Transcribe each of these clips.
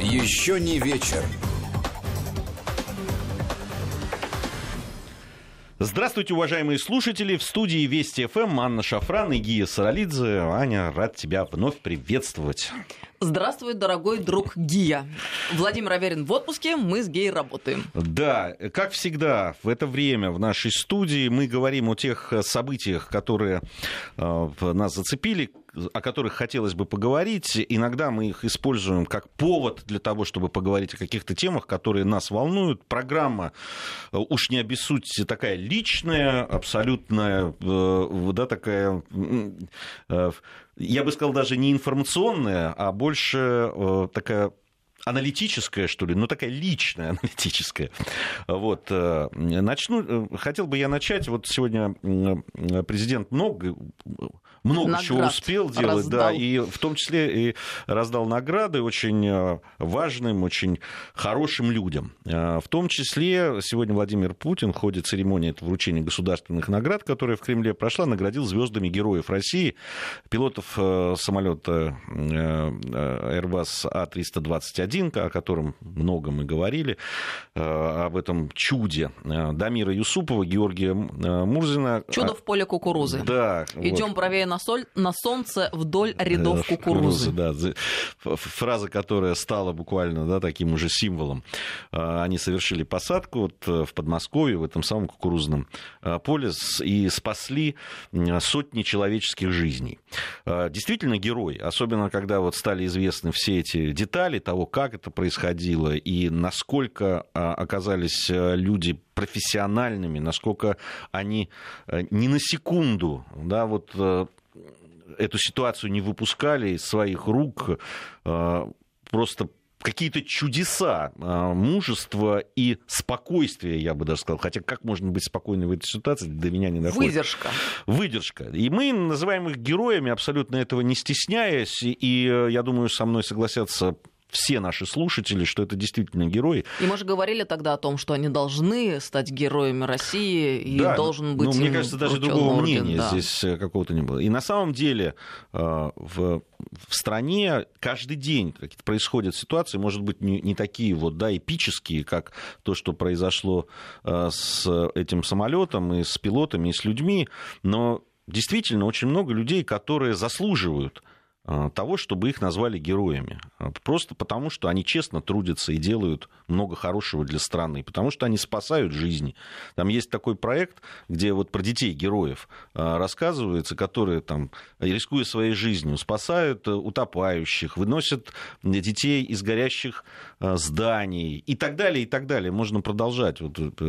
Еще не вечер. Здравствуйте, уважаемые слушатели. В студии Вести ФМ Анна Шафран и Гия Саралидзе. Аня, рад тебя вновь приветствовать. Здравствуй, дорогой друг Гия. Владимир Аверин в отпуске, мы с Гией работаем. Да, как всегда, в это время в нашей студии мы говорим о тех событиях, которые нас зацепили, о которых хотелось бы поговорить. Иногда мы их используем как повод для того, чтобы поговорить о каких-то темах, которые нас волнуют. Программа, уж не обессудьте, такая личная, абсолютно, да, такая, я бы сказал, даже не информационная, а больше такая аналитическая, что ли, но такая личная, аналитическая. Вот. Хотел бы я начать. Вот сегодня президент много чего успел делать, да, и в том числе и раздал награды очень важным, очень хорошим людям. В том числе сегодня Владимир Путин в ходе церемонии вручения государственных наград, которая в Кремле прошла, наградил звездами героев России, пилотов самолета Airbus А321, о котором много мы говорили, об этом чуде. Дамира Юсупова, Георгия Мурзина. Чудо в поле кукурузы. Да. Идем вот правее на солнце вдоль рядов кукурузы. Да. Фраза, которая стала буквально, да, таким уже символом. Они совершили посадку вот в Подмосковье, в этом самом кукурузном поле, и спасли сотни человеческих жизней. Действительно герой, особенно когда вот стали известны все эти детали того, как это происходило и насколько оказались люди профессиональными, насколько они ни на секунду, да, вот эту ситуацию не выпускали из своих рук, просто какие-то чудеса мужества и спокойствия, я бы даже сказал. Хотя как можно быть спокойным в этой ситуации, до меня не доходит. Выдержка. И мы называем их героями, абсолютно этого не стесняясь. И я думаю, со мной согласятся все наши слушатели, что это действительно герои. И мы же говорили тогда о том, что они должны стать героями России, и да, должен быть мне кажется, даже другого орден, мнения да. здесь какого-то не было. И на самом деле в стране каждый день происходят ситуации, может быть, не такие вот, да, эпические, как то, что произошло с этим самолетом, и с пилотами, и с людьми, но действительно очень много людей, которые заслуживают того, чтобы их назвали героями. Просто потому, что они честно трудятся и делают много хорошего для страны. Потому что они спасают жизни. Там есть такой проект, где вот про детей-героев рассказывается, которые, там, рискуя своей жизнью, спасают утопающих, выносят детей из горящих зданий и так далее, и так далее. Можно продолжать.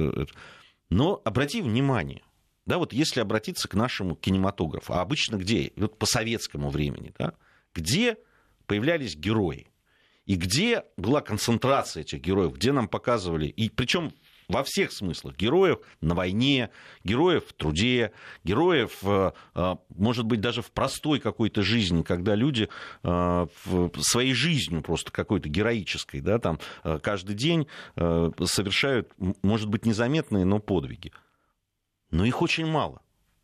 Но обрати внимание. Да, вот если обратиться к нашему кинематографу, а обычно где? Вот по советскому времени, да, где появлялись герои, и где была концентрация этих героев, где нам показывали, и причем во всех смыслах, героев на войне, героев в труде, героев, может быть, даже в простой какой-то жизни, когда люди своей жизнью просто какой-то героической, да, там, каждый день совершают, может быть, незаметные, но подвиги. Но их очень мало.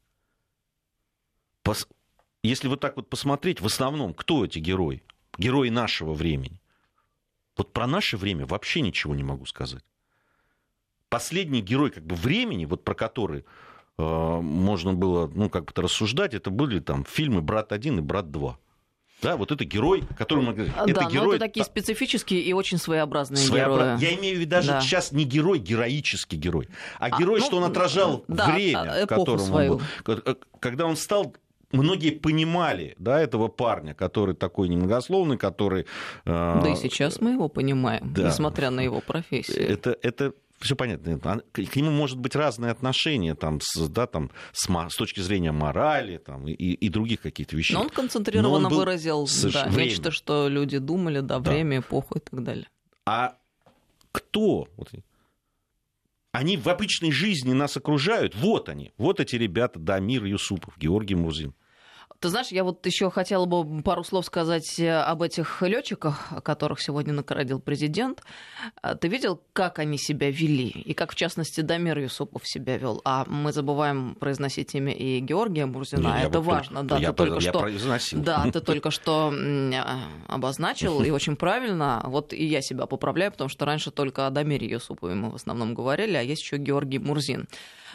Если вот так вот посмотреть, в основном, кто эти герои? Герои нашего времени. Вот про наше время вообще ничего не могу сказать. Последний герой как бы времени, вот про который можно было, ну, как-то рассуждать, это были там фильмы «Брат-1» и «Брат-2». Да, вот это герой, который мы говорим. Да, это герой... это такие специфические и очень своеобразные герои. Я имею в виду даже сейчас не герой, героический герой, а герой, что он отражал время, в котором он был. Когда он стал, многие понимали, да, этого парня, который такой немногословный, который... Да и сейчас мы его понимаем, да, несмотря на его профессию. Это все понятно. К нему может быть разные отношения там, да, там, с точки зрения морали там, и других каких-то вещей. Но он концентрированно выразил нечто, что люди думали, да, время, эпоху и так далее. А кто? Они в обычной жизни нас окружают. Вот они. Вот эти ребята, Дамир Юсупов, Георгий Мурзин. Ты знаешь, я вот еще хотела бы пару слов сказать об этих летчиках, которых сегодня наградил президент. Ты видел, как они себя вели? И как, в частности, Дамир Юсупов себя вел? А мы забываем произносить имя и Георгия Мурзина. Это важно. Да, я произносил. Да, ты только что обозначил, и очень правильно. Вот и я себя поправляю, потому что раньше только о Дамире Юсупове мы в основном говорили, а есть еще Георгий Мурзин.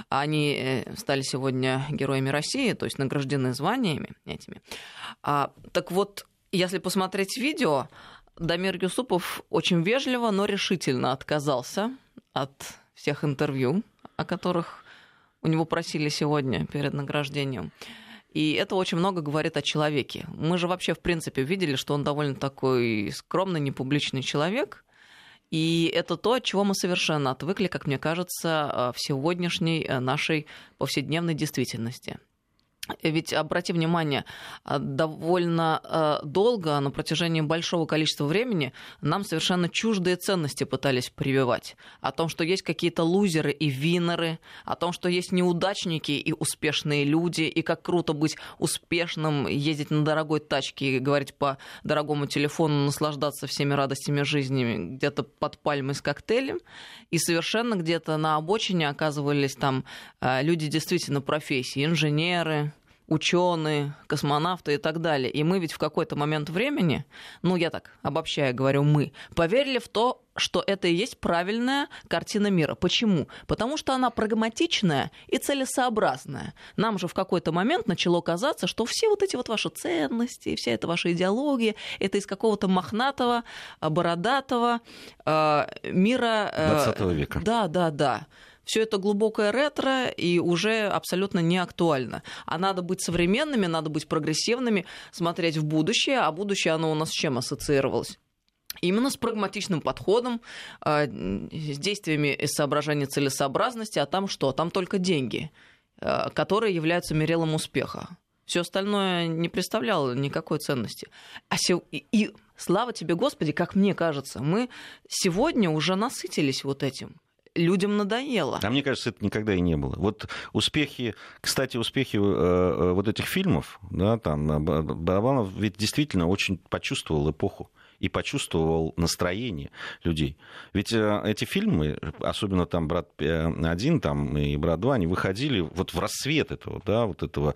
Они стали сегодня героями России, то есть награждены званиями этими. Так вот, если посмотреть видео, Дамир Юсупов очень вежливо, но решительно отказался от всех интервью, о которых у него просили сегодня перед награждением. И это очень много говорит о человеке. Мы же вообще, в принципе, видели, что он довольно такой скромный, непубличный человек. И это то, от чего мы совершенно отвыкли, как мне кажется, в сегодняшней нашей повседневной действительности. Ведь, обрати внимание, довольно долго, на протяжении большого количества времени, нам совершенно чуждые ценности пытались прививать. О том, что есть какие-то лузеры и винеры, о том, что есть неудачники и успешные люди, и как круто быть успешным, ездить на дорогой тачке и говорить по дорогому телефону, наслаждаться всеми радостями жизни где-то под пальмой с коктейлем. И совершенно где-то на обочине оказывались там люди действительно профессии, инженеры, ученые, космонавты и так далее. И мы ведь в какой-то момент времени, я так обобщая говорю, мы поверили в то, что это и есть правильная картина мира. Почему? Потому что она прагматичная и целесообразная. Нам же в какой-то момент начало казаться, что все вот эти вот ваши ценности, вся эта ваша идеология, это из какого-то мохнатого, бородатого мира... 20 века. Да. Все это глубокое ретро и уже абсолютно не актуально. А надо быть современными, надо быть прогрессивными, смотреть в будущее. А будущее, оно у нас с чем ассоциировалось? Именно с прагматичным подходом, с действиями из соображения целесообразности. А там что? Там только деньги, которые являются мерилом успеха. Все остальное не представляло никакой ценности. И слава тебе, Господи, как мне кажется, мы сегодня уже насытились вот этим. Людям надоело. А мне кажется, это никогда и не было. Вот успехи вот этих фильмов, да, там, Барабанов ведь действительно очень почувствовал эпоху и почувствовал настроение людей. Ведь эти фильмы, особенно там «Брат-1» там, и «Брат-2», они выходили вот в рассвет этого, да, вот этого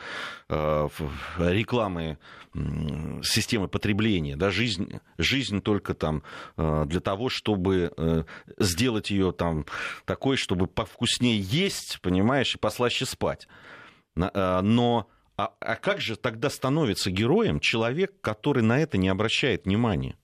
рекламы системы потребления, да, жизнь только там для того, чтобы сделать ее там такой, чтобы повкуснее есть, понимаешь, и послаще спать. Но как же тогда становится героем человек, который на это не обращает внимания?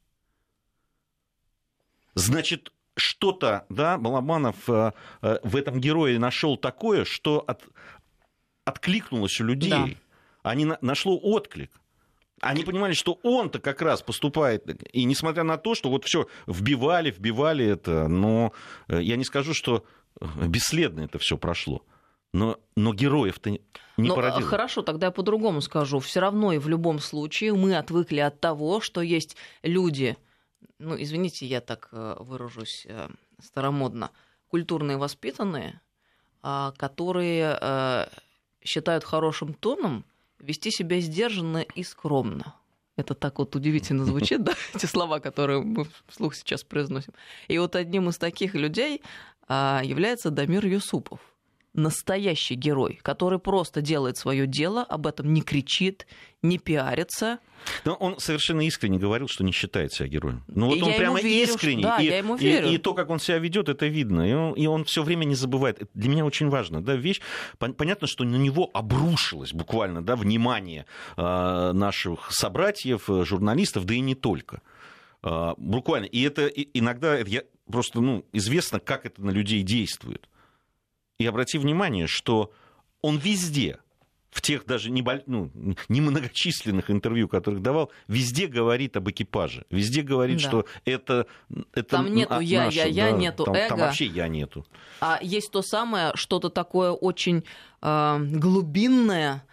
Значит, что-то, да, Балабанов в этом герое нашел такое, что откликнулось у людей. Да. Нашло отклик. Они понимали, что он-то как раз поступает, и несмотря на то, что вот все вбивали это, но я не скажу, что бесследно это все прошло. Но героев-то не породило. Хорошо, тогда я по-другому скажу. Все равно и в любом случае мы отвыкли от того, что есть люди, извините, я так выражусь старомодно, культурные воспитанные, которые считают хорошим тоном вести себя сдержанно и скромно. Это так вот удивительно звучит, да, эти слова, которые мы вслух сейчас произносим. И вот одним из таких людей является Дамир Юсупов. Настоящий герой, который просто делает свое дело, об этом не кричит, не пиарится. Но он совершенно искренне говорил, что не считает себя героем. Вот он прямо искренне. Да, я ему верю. И то, как он себя ведет, это видно. И он все время не забывает. Это для меня очень важно. Да, вещь. Понятно, что на него обрушилось буквально, да, внимание наших собратьев, журналистов, да и не только. Буквально. И это иногда просто известно, как это на людей действует. И обрати внимание, что он везде, в тех даже немногочисленных интервью, которых давал, везде говорит об экипаже. Везде говорит, да, что это там нету я, нету эго. Там вообще я нету. А есть то самое, что-то такое очень глубинное,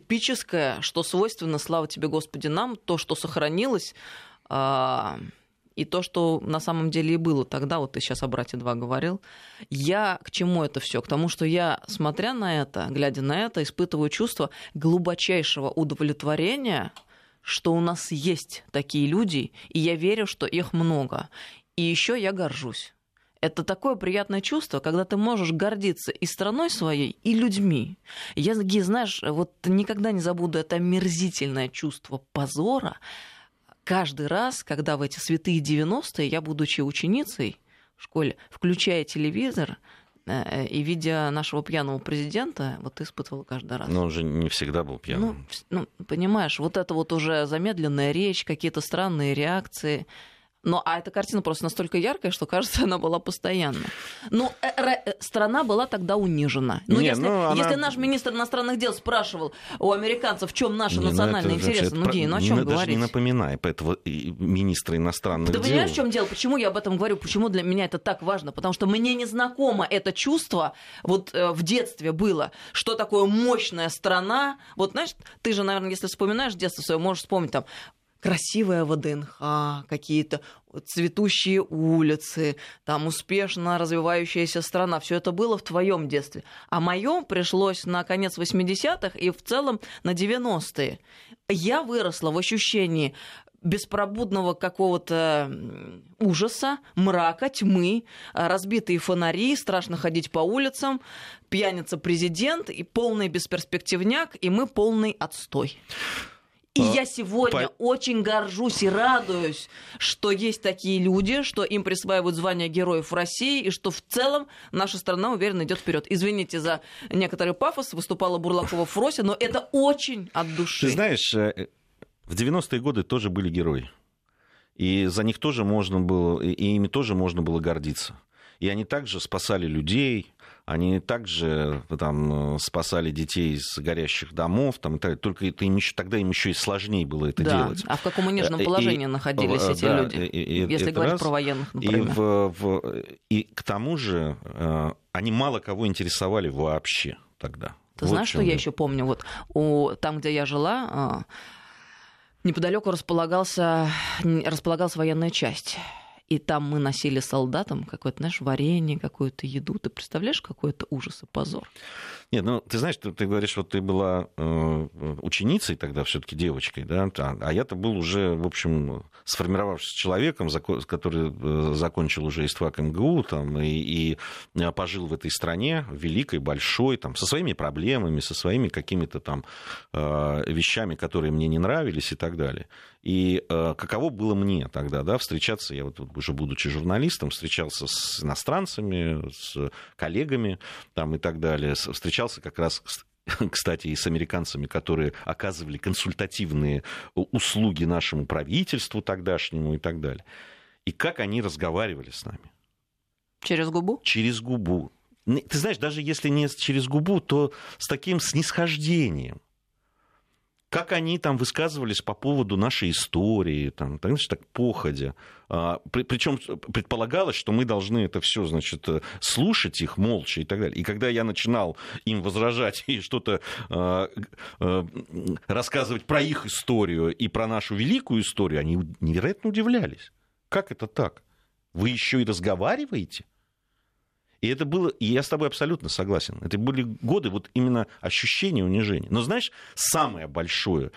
архетипическое, что свойственно, слава тебе, Господи, нам, то, что сохранилось, и то, что на самом деле и было тогда, вот ты сейчас о «Брате 2» говорил, я к чему это все? К тому, что я, смотря на это, глядя на это, испытываю чувство глубочайшего удовлетворения, что у нас есть такие люди, и я верю, что их много. И еще я горжусь. Это такое приятное чувство, когда ты можешь гордиться и страной своей, и людьми. Я, знаешь, вот никогда не забуду это омерзительное чувство позора. Каждый раз, когда в эти святые 90-е, я, будучи ученицей в школе, включая телевизор и видя нашего пьяного президента, вот испытывала каждый раз. Но он же не всегда был пьяным. Ну, понимаешь, вот это вот уже замедленная речь, какие-то странные реакции. А эта картина просто настолько яркая, что, кажется, она была постоянно. Страна была тогда унижена. Если наш министр иностранных дел спрашивал у американцев, в чем наши национальные интересы, о чем говорить? Даже не напоминай этого министра иностранных дел. Ты понимаешь, в чем дело? Почему я об этом говорю? Почему для меня это так важно? Потому что мне не знакомо это чувство, вот в детстве было, что такое мощная страна. Вот, знаешь, ты же, наверное, если вспоминаешь детство свое, можешь вспомнить там, красивая ВДНХ, какие-то цветущие улицы, там успешно развивающаяся страна. Все это было в твоем детстве. А моем пришлось на конец 80-х и в целом на 90-е. Я выросла в ощущении беспробудного какого-то ужаса, мрака, тьмы, разбитые фонари, страшно ходить по улицам, пьяница-президент и полный бесперспективняк, и мы полный отстой. И я сегодня очень горжусь и радуюсь, что есть такие люди, что им присваивают звание героев России, и что в целом наша страна уверенно идет вперед. Извините за некоторый пафос, выступала Бурлакова в Фросе, но это очень от души. Ты знаешь, в 90-е годы тоже были герои. И за них тоже можно было, и ими тоже можно было гордиться. И они также спасали людей, они также там спасали детей из горящих домов, там, и так, только тогда им еще и сложнее было это делать. А в каком униженном положении находились эти люди, если говорить про военных, например? И к тому же они мало кого интересовали вообще тогда. Ты знаешь, что я еще помню? Вот там, где я жила, неподалеку располагалась военная часть. И там мы носили солдатам какое-то, знаешь, варенье, какую-то еду. Ты представляешь, какой это ужас и позор? Нет, ты знаешь, ты говоришь, вот ты была ученицей тогда, все-таки девочкой, да, а я-то был уже, в общем, сформировавшимся человеком, который закончил уже ИСТФАК МГУ, там, и пожил в этой стране, великой, большой, там, со своими проблемами, со своими какими-то там вещами, которые мне не нравились и так далее. И каково было мне тогда, да, встречаться, я вот уже будучи журналистом, встречался с иностранцами, с коллегами там, и так далее, встречался как раз, кстати, и с американцами, которые оказывали консультативные услуги нашему правительству тогдашнему и так далее. И как они разговаривали с нами? Через губу? Через губу. Ты знаешь, даже если не через губу, то с таким снисхождением. Как они там высказывались по поводу нашей истории, там, знаешь, так походя. Причем предполагалось, что мы должны это все, значит, слушать их молча и так далее. И когда я начинал им возражать и что-то рассказывать про их историю и про нашу великую историю, они невероятно удивлялись. Как это так? Вы еще и разговариваете? И это было, и я с тобой абсолютно согласен, это были годы вот именно ощущения унижения. Но знаешь, самое большое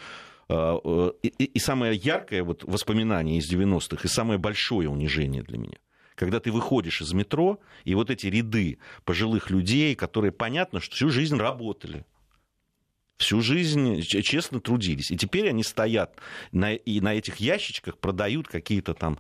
и самое яркое вот воспоминание из 90-х, и самое большое унижение для меня, когда ты выходишь из метро, и вот эти ряды пожилых людей, которые, понятно, что всю жизнь работали, всю жизнь честно трудились, и теперь они стоят и на этих ящичках продают какие-то там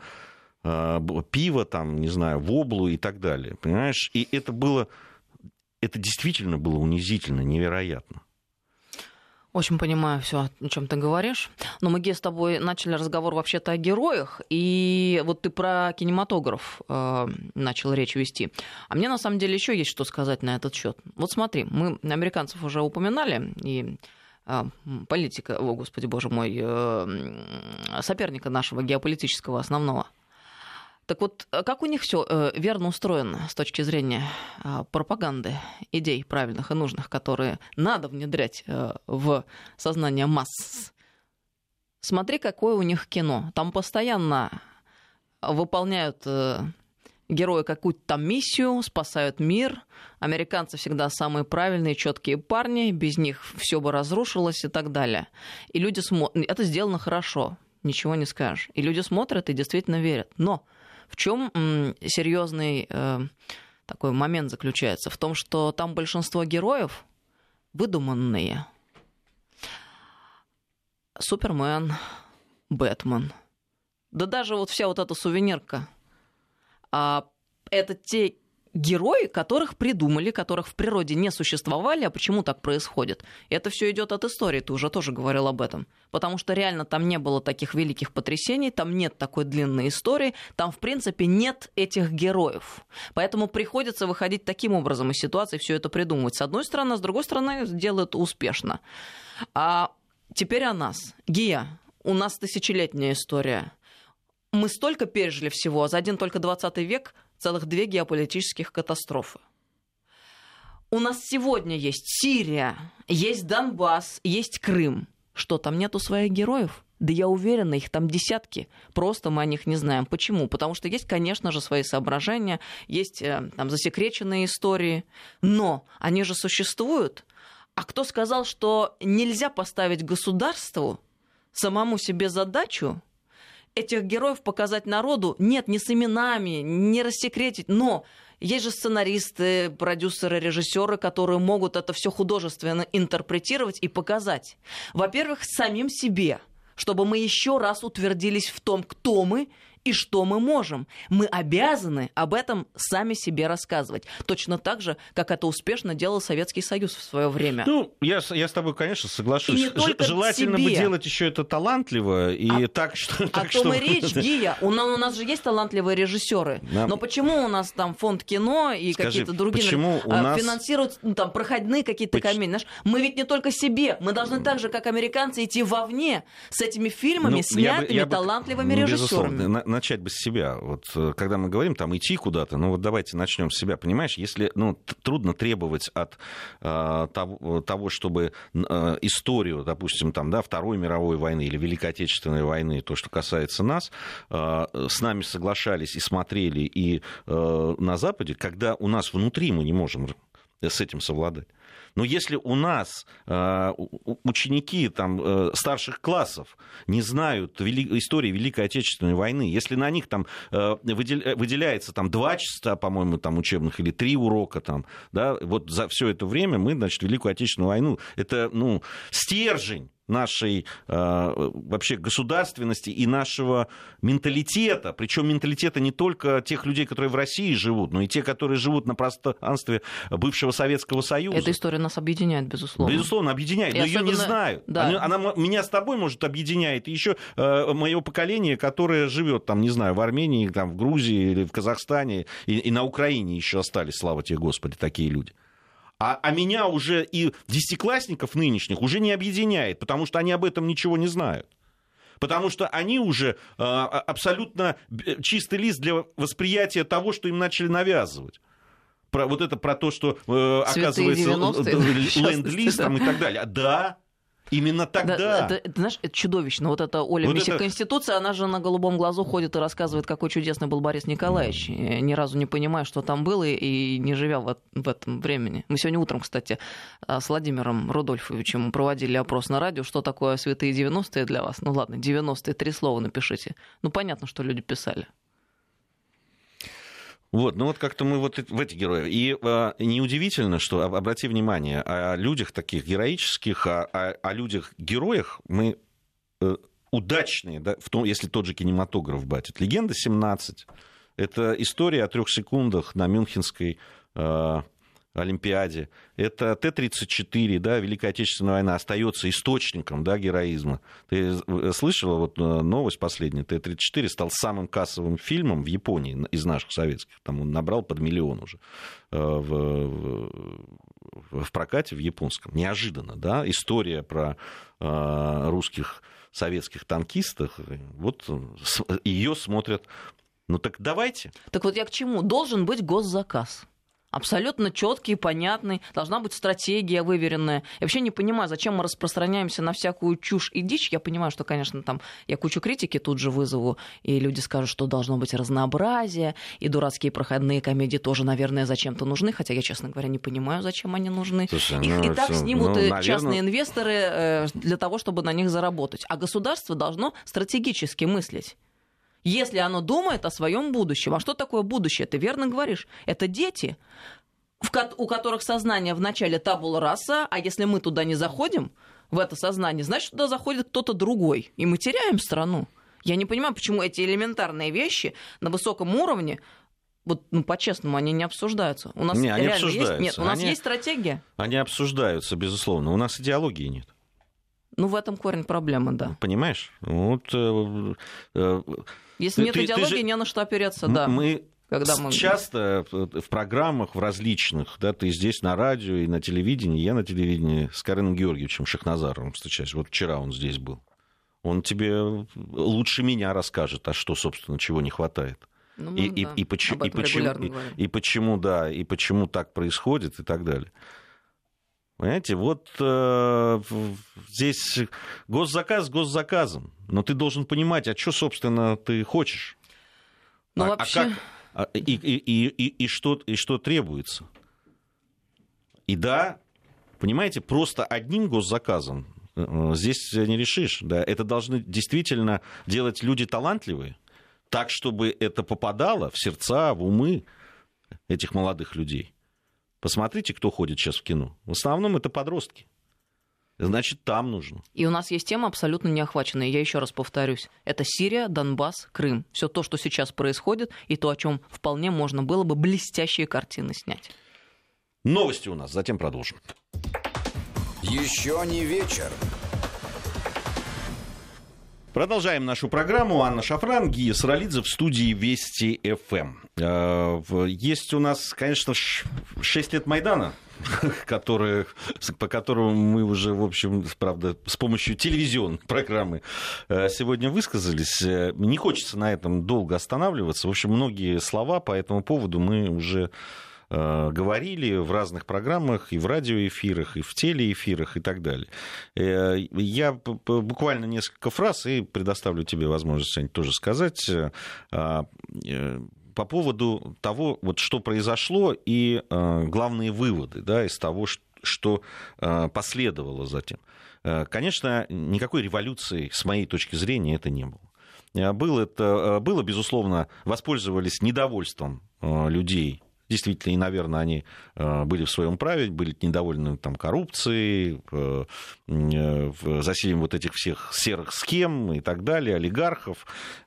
пиво, там, не знаю, воблу и так далее, понимаешь? И это действительно было унизительно, невероятно. Очень понимаю все, о чем ты говоришь. Но мы, Ге, с тобой начали разговор вообще-то о героях, и вот ты про кинематограф начал речь вести. А мне, на самом деле, еще есть что сказать на этот счет. Вот смотри, мы американцев уже упоминали, и политика, о, господи, боже мой, соперника нашего геополитического основного. Так вот, как у них все верно устроено с точки зрения пропаганды, идей правильных и нужных, которые надо внедрять в сознание масс? Смотри, какое у них кино. Там постоянно выполняют герои какую-то там миссию, спасают мир. Американцы всегда самые правильные, четкие парни, без них все бы разрушилось и так далее. И люди смотрят, это сделано хорошо, ничего не скажешь. И люди смотрят и действительно верят. Но в чем серьезный такой момент заключается? В том, что там большинство героев выдуманные. Супермен, Бэтмен. Да даже вот вся вот эта сувенирка. Это те герои, которых придумали, которых в природе не существовали. А почему так происходит? Это все идет от истории, ты уже тоже говорил об этом. Потому что реально там не было таких великих потрясений, там нет такой длинной истории, там, в принципе, нет этих героев. Поэтому приходится выходить таким образом из ситуации, все это придумывать. С одной стороны, с другой стороны, делают успешно. А теперь о нас. Гия, у нас тысячелетняя история. Мы столько пережили всего, а за один только 20 век целых 2 геополитических катастрофы. У нас сегодня есть Сирия, есть Донбасс, есть Крым. Что, там нету своих героев? Да я уверена, их там десятки. Просто мы о них не знаем. Почему? Потому что есть, конечно же, свои соображения, есть там засекреченные истории, но они же существуют. А кто сказал, что нельзя поставить государству самому себе задачу этих героев показать народу? Нет, не с именами, не рассекретить, но есть же сценаристы, продюсеры, режиссеры, которые могут это все художественно интерпретировать и показать. Во-первых, самим себе, чтобы мы еще раз утвердились в том, кто мы и что мы можем. Мы обязаны об этом сами себе рассказывать. Точно так же, как это успешно делал Советский Союз в свое время. Ну, я с тобой, конечно, соглашусь. Желательно бы делать еще это талантливо и так, что... О том и речь, Гия. У нас же есть талантливые режиссеры. Но почему у нас там фонд кино и какие-то другие финансируют там проходные какие-то комедии? Мы ведь не только себе. Мы должны так же, как американцы, идти вовне с этими фильмами, снятыми талантливыми режиссерами. Начать бы с себя. Вот когда мы говорим там идти куда-то, ну вот давайте начнем с себя. Понимаешь, если трудно требовать от того, чтобы историю, допустим, там, да, Второй мировой войны или Великой Отечественной войны, то, что касается нас, с нами соглашались и смотрели и на Западе, когда у нас внутри мы не можем с этим совладать. Но если у нас ученики там, старших классов не знают истории Великой Отечественной войны, если на них там, выделяется там, 2 часа, по-моему, там, учебных или 3 урока, там, да, вот за все это время мы, значит, Великую Отечественную войну, это стержень нашей вообще государственности и нашего менталитета, причем менталитета не только тех людей, которые в России живут, но и те, которые живут на пространстве бывшего Советского Союза. Эта история нас объединяет, безусловно. Безусловно, объединяет, но ее не знают. Да. Она меня с тобой, может, объединяет, и еще мое поколение, которое живет, там, не знаю, в Армении, там, в Грузии или в Казахстане, и на Украине еще остались, слава тебе, Господи, такие люди. А меня уже и десятиклассников нынешних уже не объединяет, потому что они об этом ничего не знают. Потому что они уже абсолютно чистый лист для восприятия того, что им начали навязывать. Про то, что, оказывается, ленд-лиз там, и так далее. Да. Именно тогда. Это, знаешь, это чудовищно. Вот эта Оля Конституция, она же на голубом глазу ходит и рассказывает, какой чудесный был Борис Николаевич, ни разу не понимая, что там было, и не живя в этом времени. Мы сегодня утром, кстати, с Владимиром Рудольфовичем проводили опрос на радио, что такое святые 90-е для вас. Ну ладно, 90-е, 3 слова напишите. Ну понятно, что люди писали. Вот, ну вот как-то мы вот в эти герои. И неудивительно, что, обрати внимание, о людях таких героических, о людях-героях мы удачные, да, если тот же кинематограф брать. Это «Легенда 17», это история о 3 секундах на Мюнхенской Олимпиаде. Это Т-34, да, Великая Отечественная война остается источником, да, героизма. Ты слышала вот новость последняя? Т-34 стал самым кассовым фильмом в Японии из наших советских. Там он набрал под 1 миллион уже в прокате в японском. Неожиданно, да? История про русских советских танкистов. Вот ее смотрят. Ну так давайте. Так вот я к чему? Должен быть госзаказ. Абсолютно четкий, понятный, должна быть стратегия выверенная. Я вообще не понимаю, зачем мы распространяемся на всякую чушь и дичь. Я понимаю, что, конечно, там я кучу критики тут же вызову, и люди скажут, что должно быть разнообразие, и дурацкие проходные комедии тоже, наверное, зачем-то нужны, хотя я, честно говоря, не понимаю, зачем они нужны. Слушай, Их и так снимут наверное... частные инвесторы для того, чтобы на них заработать. А государство должно стратегически мыслить. Если оно думает о своем будущем. А что такое будущее? Ты верно говоришь. Это дети, у которых сознание в начале табула раса, а если мы туда не заходим, в это сознание, значит, туда заходит кто-то другой. И мы теряем страну. Я не понимаю, почему эти элементарные вещи на высоком уровне, вот, по-честному, они не обсуждаются. У нас не, они реально обсуждаются. Есть? Нет, у нас есть стратегия. Они обсуждаются, безусловно. У нас идеологии нет. Ну, в этом корень проблемы, да. Понимаешь? Вот, если нет идеологии, не на что опереться, да. Мы часто в программах, в различных, да, ты здесь на радио и на телевидении, я на телевидении с Кареном Георгиевичем Шахназаровым встречаюсь. Вот вчера он здесь был. Он тебе лучше меня расскажет, а что, собственно, чего не хватает. Ну, и почему так происходит и так далее. Понимаете, вот здесь госзаказ госзаказом, но ты должен понимать, а что, собственно, ты хочешь, вообще... и что требуется. И да, понимаете, просто одним госзаказом здесь не решишь. Да, это должны действительно делать люди талантливые, так, чтобы это попадало в сердца, в умы этих молодых людей. Посмотрите, кто ходит сейчас в кино. В основном это подростки. Значит, там нужно. И у нас есть темы абсолютно неохваченные. Я еще раз повторюсь. Это Сирия, Донбасс, Крым. Все то, что сейчас происходит, и то, о чем вполне можно было бы блестящие картины снять. Новости у нас, затем продолжим. Еще не вечер. Продолжаем нашу программу. Анна Шафран, Гия Саралидзе в студии Вести ФМ. Есть у нас, конечно, 6 лет Майдана, по которому мы уже, в общем, правда, с помощью телевизионной программы сегодня высказались. Не хочется на этом долго останавливаться. В общем, многие слова по этому поводу мы уже говорили в разных программах, и в радиоэфирах, и в телеэфирах, и так далее. Я буквально несколько фраз, и предоставлю тебе возможность, Ань, тоже сказать по поводу того, вот, что произошло, и главные выводы, да, из того, что последовало затем. Конечно, никакой революции, с моей точки зрения, это не было. Было, безусловно, воспользовались недовольством людей. Действительно, и, наверное, они были в своем праве, были недовольны там, коррупцией, засилием вот этих всех серых схем и так далее, олигархов.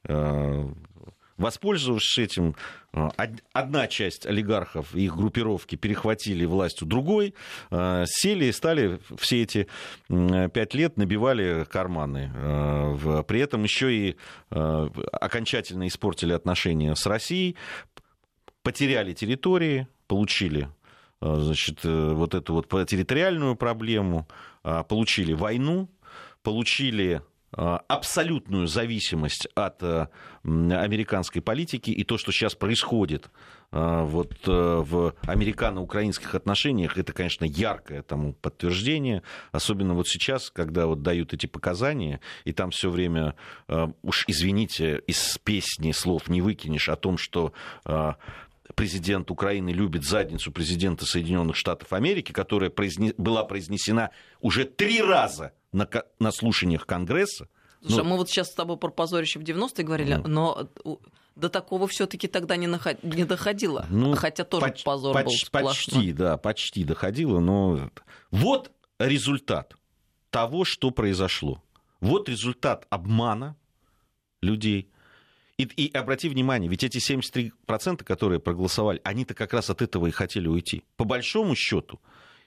Воспользовавшись этим, одна часть олигархов и их группировки перехватили власть у другой, сели и стали все эти 5 лет набивали карманы. При этом еще и окончательно испортили отношения с Россией, потеряли территории, получили, значит, вот эту вот территориальную проблему, получили войну, получили абсолютную зависимость от американской политики, и то, что сейчас происходит вот в американо-украинских отношениях, это, конечно, яркое тому подтверждение, особенно вот сейчас, когда вот дают эти показания, и там все время, уж извините, из песни слов не выкинешь о том, что президент Украины любит задницу президента Соединенных Штатов Америки, которая была произнесена уже 3 раза на слушаниях Конгресса. Слушай, мы вот сейчас с тобой про позорище в 90-е говорили, но до такого все-таки тогда не доходило. Хотя тоже позор был сплошной. Почти доходило, но вот результат того, что произошло. Вот результат обмана людей. И обрати внимание, ведь эти 73%, которые проголосовали, они-то как раз от этого и хотели уйти. По большому счету,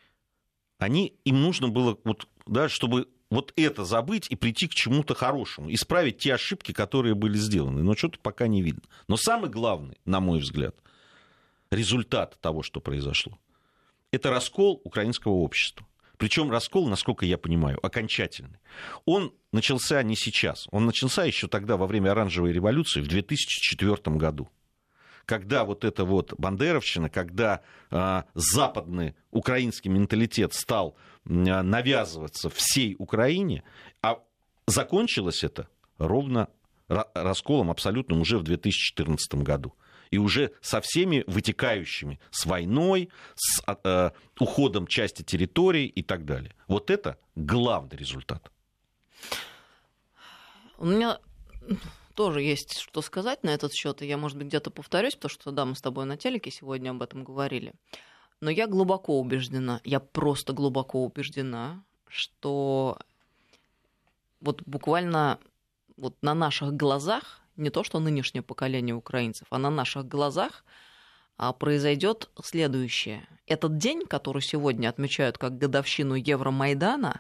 им нужно было, чтобы вот это забыть и прийти к чему-то хорошему, исправить те ошибки, которые были сделаны. Но что-то пока не видно. Но самый главный, на мой взгляд, результат того, что произошло, это раскол украинского общества. Причем раскол, насколько я понимаю, окончательный. Он начался не сейчас. Он начался еще тогда, во время Оранжевой революции, в 2004 году. когда вот эта вот бандеровщина, когда западный украинский менталитет стал навязываться всей Украине, а закончилось это ровно расколом абсолютным уже в 2014 году. И уже со всеми вытекающими, с войной, с уходом части территорий и так далее. Вот это главный результат. У меня тоже есть что сказать на этот счет, и я, может быть, где-то повторюсь, потому что, да, мы с тобой на телеке сегодня об этом говорили. Но я глубоко убеждена, я просто глубоко убеждена, что вот буквально вот на наших глазах, не то что нынешнее поколение украинцев, а на наших глазах произойдет следующее. Этот день, который сегодня отмечают как годовщину Евромайдана,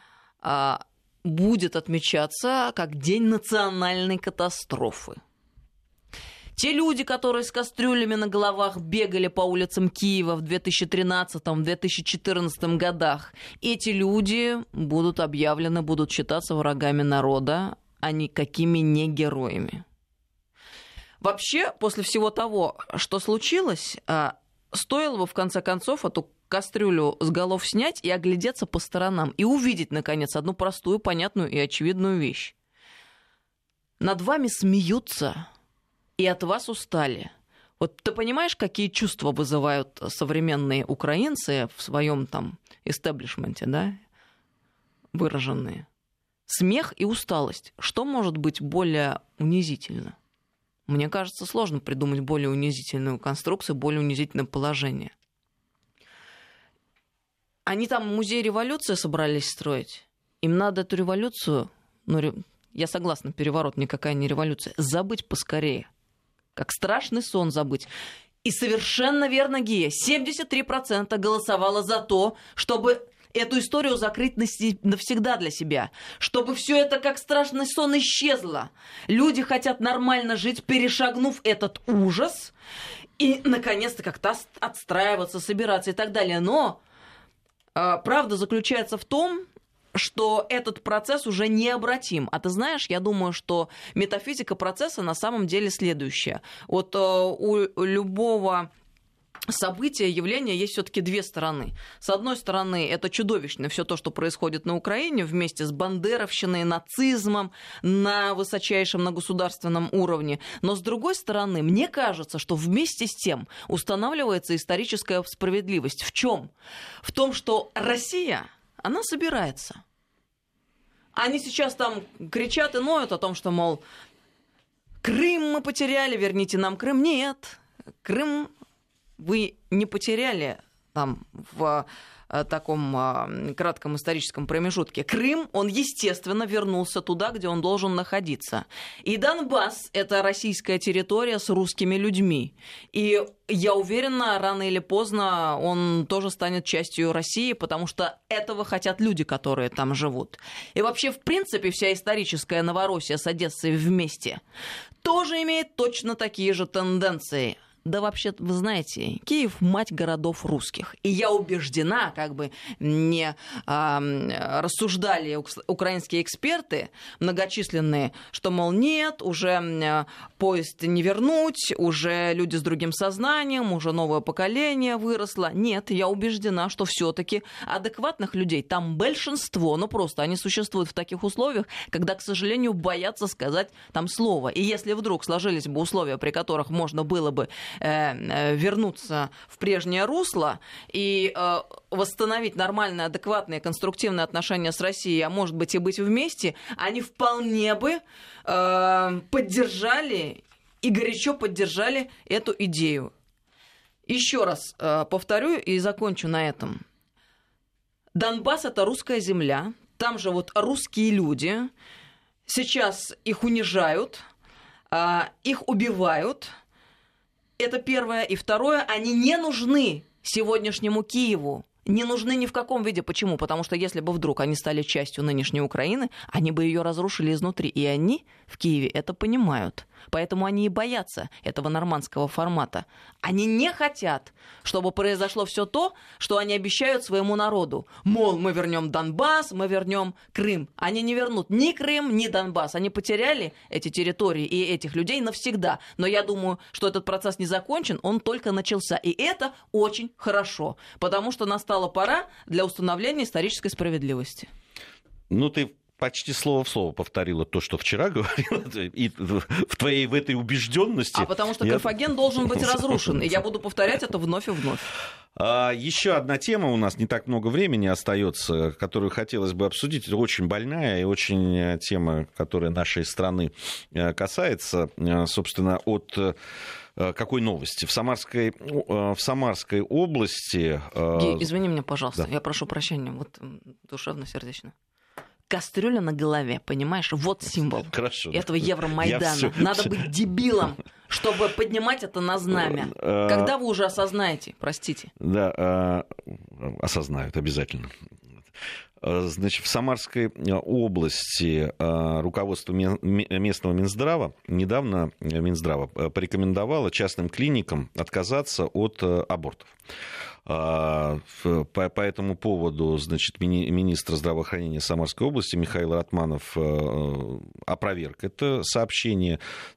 будет отмечаться как день национальной катастрофы. Те люди, которые с кастрюлями на головах бегали по улицам Киева в 2013-2014 годах, эти люди будут объявлены, будут считаться врагами народа, а никакими не героями. Вообще, после всего того, что случилось, стоило бы, в конце концов, эту кастрюлю с голов снять и оглядеться по сторонам, и увидеть, наконец, одну простую, понятную и очевидную вещь. Над вами смеются и от вас устали. Вот ты понимаешь, какие чувства вызывают современные украинцы в своем там истеблишменте, да, выраженные? Смех и усталость. Что может быть более унизительно? Мне кажется, сложно придумать более унизительную конструкцию, более унизительное положение. Они там музей революции собрались строить. Им надо эту революцию, я согласна, переворот никакая не революция, забыть поскорее. Как страшный сон забыть. И совершенно верно, Гия, 73% голосовало за то, чтобы эту историю закрыть навсегда для себя. Чтобы все это как страшный сон исчезло. Люди хотят нормально жить, перешагнув этот ужас. И, наконец-то, как-то отстраиваться, собираться и так далее. Но правда заключается в том, что этот процесс уже необратим. А ты знаешь, я думаю, что метафизика процесса на самом деле следующая. Вот у любого события, явления есть все-таки две стороны. С одной стороны, это чудовищно все то, что происходит на Украине вместе с бандеровщиной, нацизмом на высочайшем, на государственном уровне. Но с другой стороны, мне кажется, что вместе с тем устанавливается историческая справедливость. В чем? В том, что Россия, она собирается. Они сейчас там кричат и ноют о том, что, мол, Крым мы потеряли, верните нам Крым. Нет, Крым вы не потеряли там в таком кратком историческом промежутке. Крым, он, естественно, вернулся туда, где он должен находиться. И Донбасс — это российская территория с русскими людьми. И я уверена, рано или поздно он тоже станет частью России, потому что этого хотят люди, которые там живут. И вообще, в принципе, вся историческая Новороссия с Одессой вместе тоже имеет точно такие же тенденции. Да вообще, вы знаете, Киев — мать городов русских. И я убеждена, как бы не рассуждали украинские эксперты многочисленные, что, мол, нет, уже поезд не вернуть, уже люди с другим сознанием, уже новое поколение выросло. Нет, я убеждена, что все-таки адекватных людей там большинство, но просто они существуют в таких условиях, когда, к сожалению, боятся сказать там слово. И если вдруг сложились бы условия, при которых можно было бы вернуться в прежнее русло и восстановить нормальные, адекватные, конструктивные отношения с Россией, а может быть и быть вместе, они вполне бы поддержали и горячо поддержали эту идею. Еще раз повторю и закончу на этом. Донбасс — это русская земля, там живут русские люди, сейчас их унижают, их убивают. Это первое. И второе, они не нужны сегодняшнему Киеву. Не нужны ни в каком виде. Почему? Потому что если бы вдруг они стали частью нынешней Украины, они бы ее разрушили изнутри. И они в Киеве это понимают. Поэтому они и боятся этого нормандского формата. Они не хотят, чтобы произошло все то, что они обещают своему народу. Мол, мы вернем Донбасс, мы вернем Крым. Они не вернут ни Крым, ни Донбасс. Они потеряли эти территории и этих людей навсегда. Но я думаю, что этот процесс не закончен, он только начался. И это очень хорошо, потому что настала пора для установления исторической справедливости. Ну, ты почти слово в слово повторила то, что вчера говорила, и в этой убежденности. А потому что Карфаген должен быть разрушен, и я буду повторять это вновь и вновь. Еще одна тема, у нас не так много времени остается, которую хотелось бы обсудить. Это очень больная и очень тема, которая нашей страны касается, собственно, от какой новости? В Самарской области... Гей, извини меня, пожалуйста, да. Я прошу прощения, вот душевно-сердечно. Кастрюля на голове, понимаешь? Вот символ этого Евромайдана. Надо быть дебилом, чтобы поднимать это на знамя. Когда вы уже осознаете? Простите. Да, осознают обязательно. Значит, в Самарской области руководство местного Минздрава недавно порекомендовало частным клиникам отказаться от абортов. По этому поводу, значит, министр здравоохранения Самарской области Михаил Ратманов опроверг это сообщение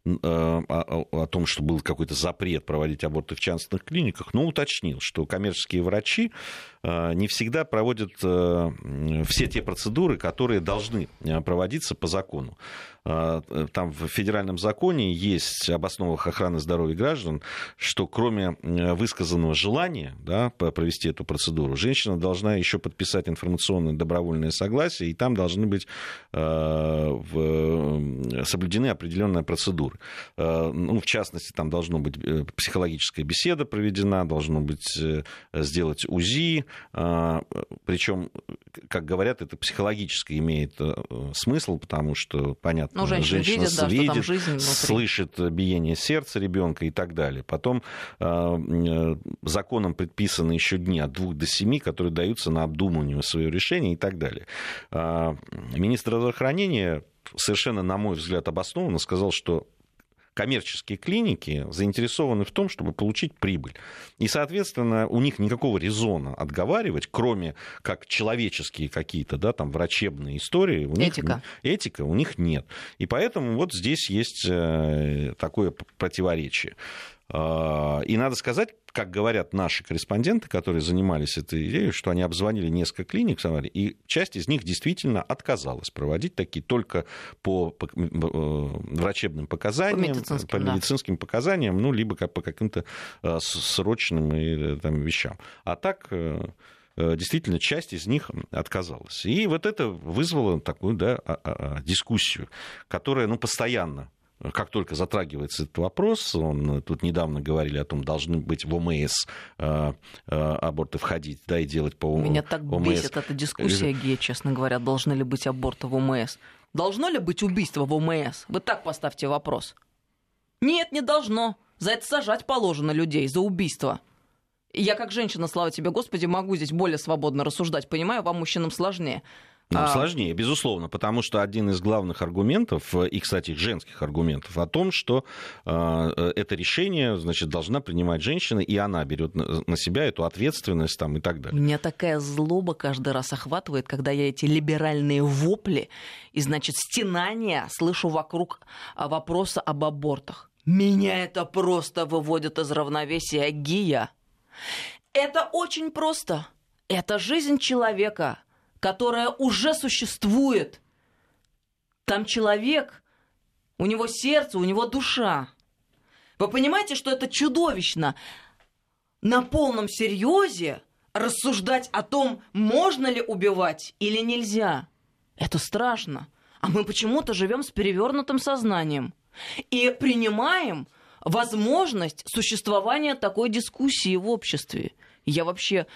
о том, что был какой-то запрет проводить аборты в частных клиниках, но уточнил, что коммерческие врачи не всегда проводят все те процедуры, которые должны проводиться по закону. Там в федеральном законе есть об основах охраны здоровья граждан, что кроме высказанного желания, да, провести эту процедуру, женщина должна еще подписать информационное добровольное согласие, и там должны быть соблюдены определенные процедуры. Ну, в частности, там должна быть психологическая беседа проведена, должно быть сделать УЗИ, причем, как говорят, это психологически имеет смысл, потому что, понятно, женщина видит, слышит биение сердца ребенка и так далее. Потом законом предписаны еще дни от 2 до 7, которые даются на обдумывание своего решения и так далее. Министр здравоохранения совершенно, на мой взгляд, обоснованно сказал, что коммерческие клиники заинтересованы в том, чтобы получить прибыль. И, соответственно, у них никакого резона отговаривать, кроме как человеческие какие-то, да, там, врачебные истории. Этика у них нет. И поэтому вот здесь есть такое противоречие. И надо сказать, как говорят наши корреспонденты, которые занимались этой идеей, что они обзвонили несколько клиник в Самаре, и часть из них действительно отказалась проводить такие только по врачебным показаниям, по медицинским показаниям, ну, либо по каким-то срочным там вещам. А так действительно часть из них отказалась. И вот это вызвало такую, да, дискуссию, которая, ну, постоянно, как только затрагивается этот вопрос, тут недавно говорили о том, должны быть в ОМС аборты входить, да, и делать по ОМС. Меня так бесит эта дискуссия, Гея, честно говоря, должны ли быть аборты в ОМС. Должно ли быть убийство в ОМС? Вы так поставьте вопрос. Нет, не должно. За это сажать положено людей, за убийство. Я как женщина, слава тебе, Господи, могу здесь более свободно рассуждать. Понимаю, вам, мужчинам, сложнее. Нам сложнее, безусловно, потому что один из главных аргументов, и, кстати, женских аргументов, о том, что это решение, значит, должна принимать женщина, и она берет на себя эту ответственность там, и так далее. Меня такая злоба каждый раз охватывает, когда я эти либеральные вопли и, значит, стенания слышу вокруг вопроса об абортах. Меня это просто выводит из равновесия, Гия. Это очень просто. Это жизнь человека, которая уже существует. Там человек, у него сердце, у него душа. Вы понимаете, что это чудовищно? На полном серьезе рассуждать о том, можно ли убивать или нельзя. Это страшно. А мы почему-то живем с перевернутым сознанием и принимаем возможность существования такой дискуссии в обществе. Я вообще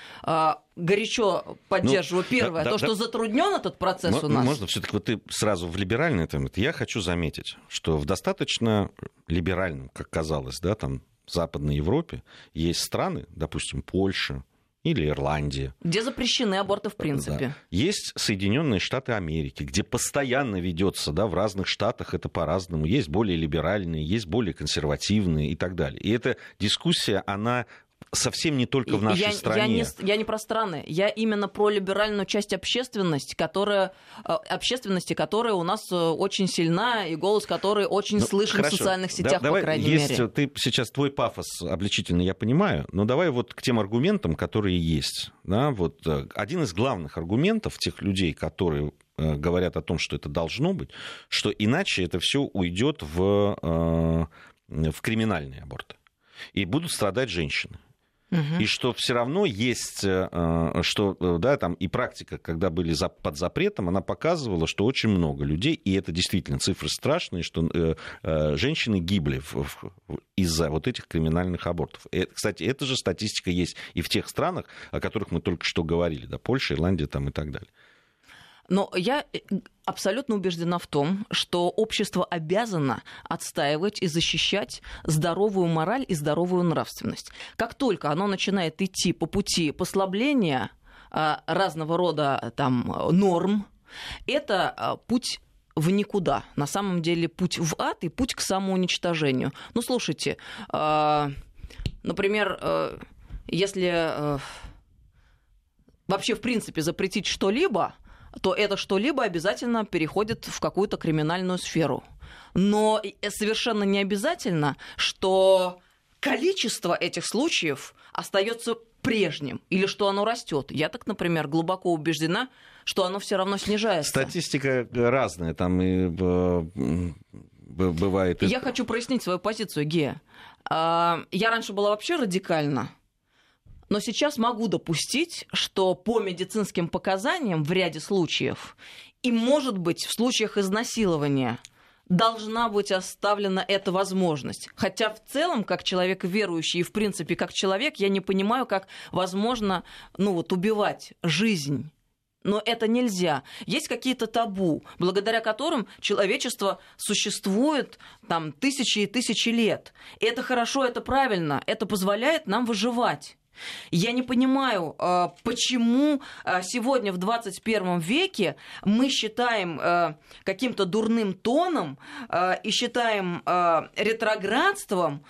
горячо поддерживаю первое, что затруднен этот процесс у нас. Можно все-таки вот ты сразу в либеральный там. Я хочу заметить, что в достаточно либеральном, как казалось, да, там, в Западной Европе есть страны, допустим, Польша, или Ирландия. Где запрещены аборты в принципе. Да. Есть Соединенные Штаты Америки, где постоянно ведется, да, в разных штатах это по-разному. Есть более либеральные, есть более консервативные и так далее. И эта дискуссия, она совсем не только в нашей стране. Я не про страны, я именно про либеральную часть общественности, которая у нас очень сильна, и голос которой очень слышен в социальных сетях, по крайней мере. Ты сейчас твой пафос обличительный, я понимаю, но давай вот к тем аргументам, которые есть. Да, вот один из главных аргументов тех людей, которые говорят о том, что это должно быть, что иначе это все уйдет в криминальные аборты. И будут страдать женщины. И что все равно есть, что, да, там и практика, когда были под запретом, она показывала, что очень много людей, и это действительно цифры страшные, что женщины гибли из-за вот этих криминальных абортов. И, кстати, эта же статистика есть и в тех странах, о которых мы только что говорили, да, Польша, Ирландия там, и так далее. Но я абсолютно убеждена в том, что общество обязано отстаивать и защищать здоровую мораль и здоровую нравственность. Как только оно начинает идти по пути послабления разного рода там, норм, это путь в никуда. На самом деле путь в ад и путь к самоуничтожению. Ну, слушайте, например, если вообще в принципе запретить что-либо, то это что-либо обязательно переходит в какую-то криминальную сферу. Но совершенно не обязательно, что количество этих случаев остается прежним или что оно растет. Я так, например, глубоко убеждена, что оно все равно снижается. Статистика разная, там и бывает. Я хочу прояснить свою позицию, Гея. Я раньше была вообще радикальна. Но сейчас могу допустить, что по медицинским показаниям в ряде случаев, и, может быть, в случаях изнасилования, должна быть оставлена эта возможность. Хотя в целом, как человек верующий и, в принципе, как человек, я не понимаю, как возможно убивать жизнь. Но это нельзя. Есть какие-то табу, благодаря которым человечество существует там, тысячи и тысячи лет. И это хорошо, это правильно, это позволяет нам выживать. Я не понимаю, почему сегодня в 21 веке мы считаем каким-то дурным тоном и считаем ретроградством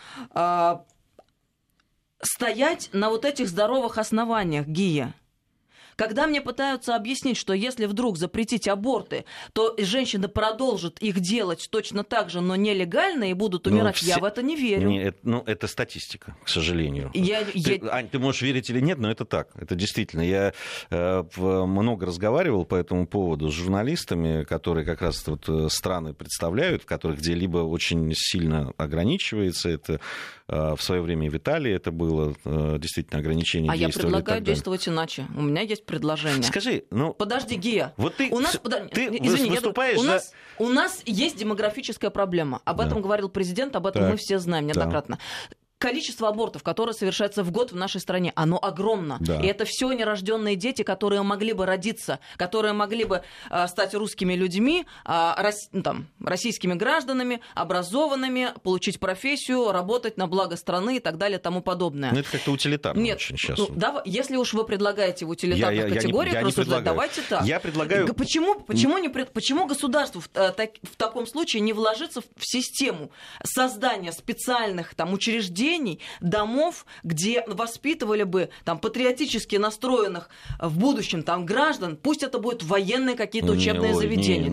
стоять на вот этих здоровых основаниях, Гия. Когда мне пытаются объяснить, что если вдруг запретить аборты, то женщины продолжат их делать точно так же, но нелегально, и будут умирать, я в это не верю. Это статистика, к сожалению. Ань, ты можешь верить или нет, но это так. Это действительно. Я много разговаривал по этому поводу с журналистами, которые как раз страны представляют, в которых где-либо очень сильно ограничивается это. В свое время в Италии это было действительно ограничение действия. А я предлагаю действовать иначе. У меня есть предложение. Скажи, Подожди, Гия. Вот ты извини, выступаешь у нас есть демографическая проблема. Об этом говорил президент, об этом мы все знаем неоднократно. Количество абортов, которые совершаются в год в нашей стране, оно огромно. Да. И это все нерожденные дети, которые могли бы родиться, которые могли бы стать русскими людьми, российскими гражданами, образованными, получить профессию, работать на благо страны и так далее и тому подобное. Это как-то утилитарно очень сейчас. Если уж вы предлагаете в утилитарных категориях рассуждать, давайте так. Я предлагаю... Почему государству в таком случае не вложиться в систему создания специальных учреждений, домов, где воспитывали бы патриотически настроенных в будущем граждан, пусть это будут военные какие-то учебные заведения.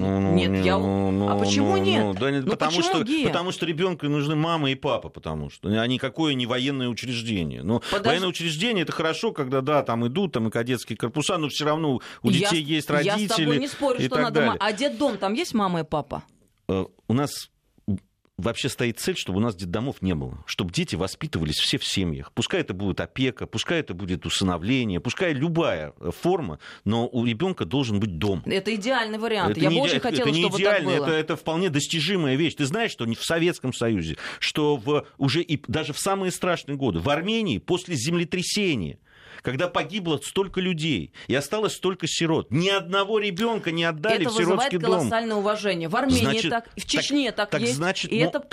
Почему нет? Потому что ребенку нужны мама и папа, а никакое не военное учреждение. Военное учреждение это хорошо, когда там идут и кадетские корпуса, но все равно у детей есть родители. Я с тобой не спорю, что надо. А детдом там есть мама и папа? У нас вообще стоит цель, чтобы у нас детдомов не было, чтобы дети воспитывались все в семьях. Пускай это будет опека, пускай это будет усыновление, пускай любая форма, но у ребенка должен быть дом. Это идеальный вариант. Я бы очень хотела, чтобы так было. Это вполне достижимая вещь. Ты знаешь, что в Советском Союзе, что уже и даже в самые страшные годы, в Армении после землетрясения, когда погибло столько людей и осталось столько сирот, ни одного ребенка не отдали в сиротский дом. Это вызывает колоссальное уважение. В Армении так, в Чечне так есть. Значит, и это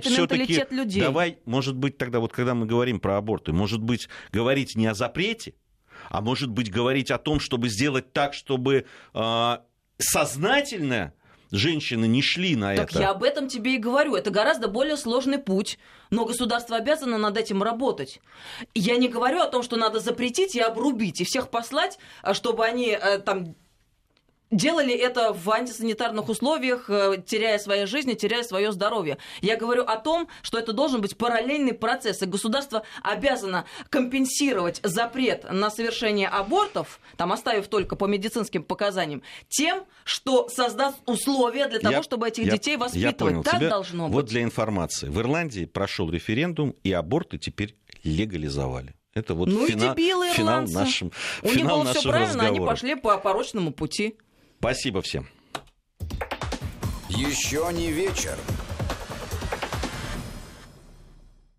менталитет людей. Давай, может быть, тогда когда мы говорим про аборты, может быть, говорить не о запрете, а может быть говорить о том, чтобы сделать так, чтобы сознательно женщины не шли на это. Так я об этом тебе и говорю. Это гораздо более сложный путь, но государство обязано над этим работать. Я не говорю о том, что надо запретить и обрубить, и всех послать, чтобы они там делали это в антисанитарных условиях, теряя свои жизни, теряя свое здоровье. Я говорю о том, что это должен быть параллельный процесс, и государство обязано компенсировать запрет на совершение абортов, там оставив только по медицинским показаниям, тем, что создаст условия для того, чтобы этих детей воспитывать. Так должно быть. Вот для информации. В Ирландии прошел референдум, и аборты теперь легализовали. Это вот финал нашего разговора. У них было все правильно, они пошли по порочному пути. Спасибо всем. Еще не вечер.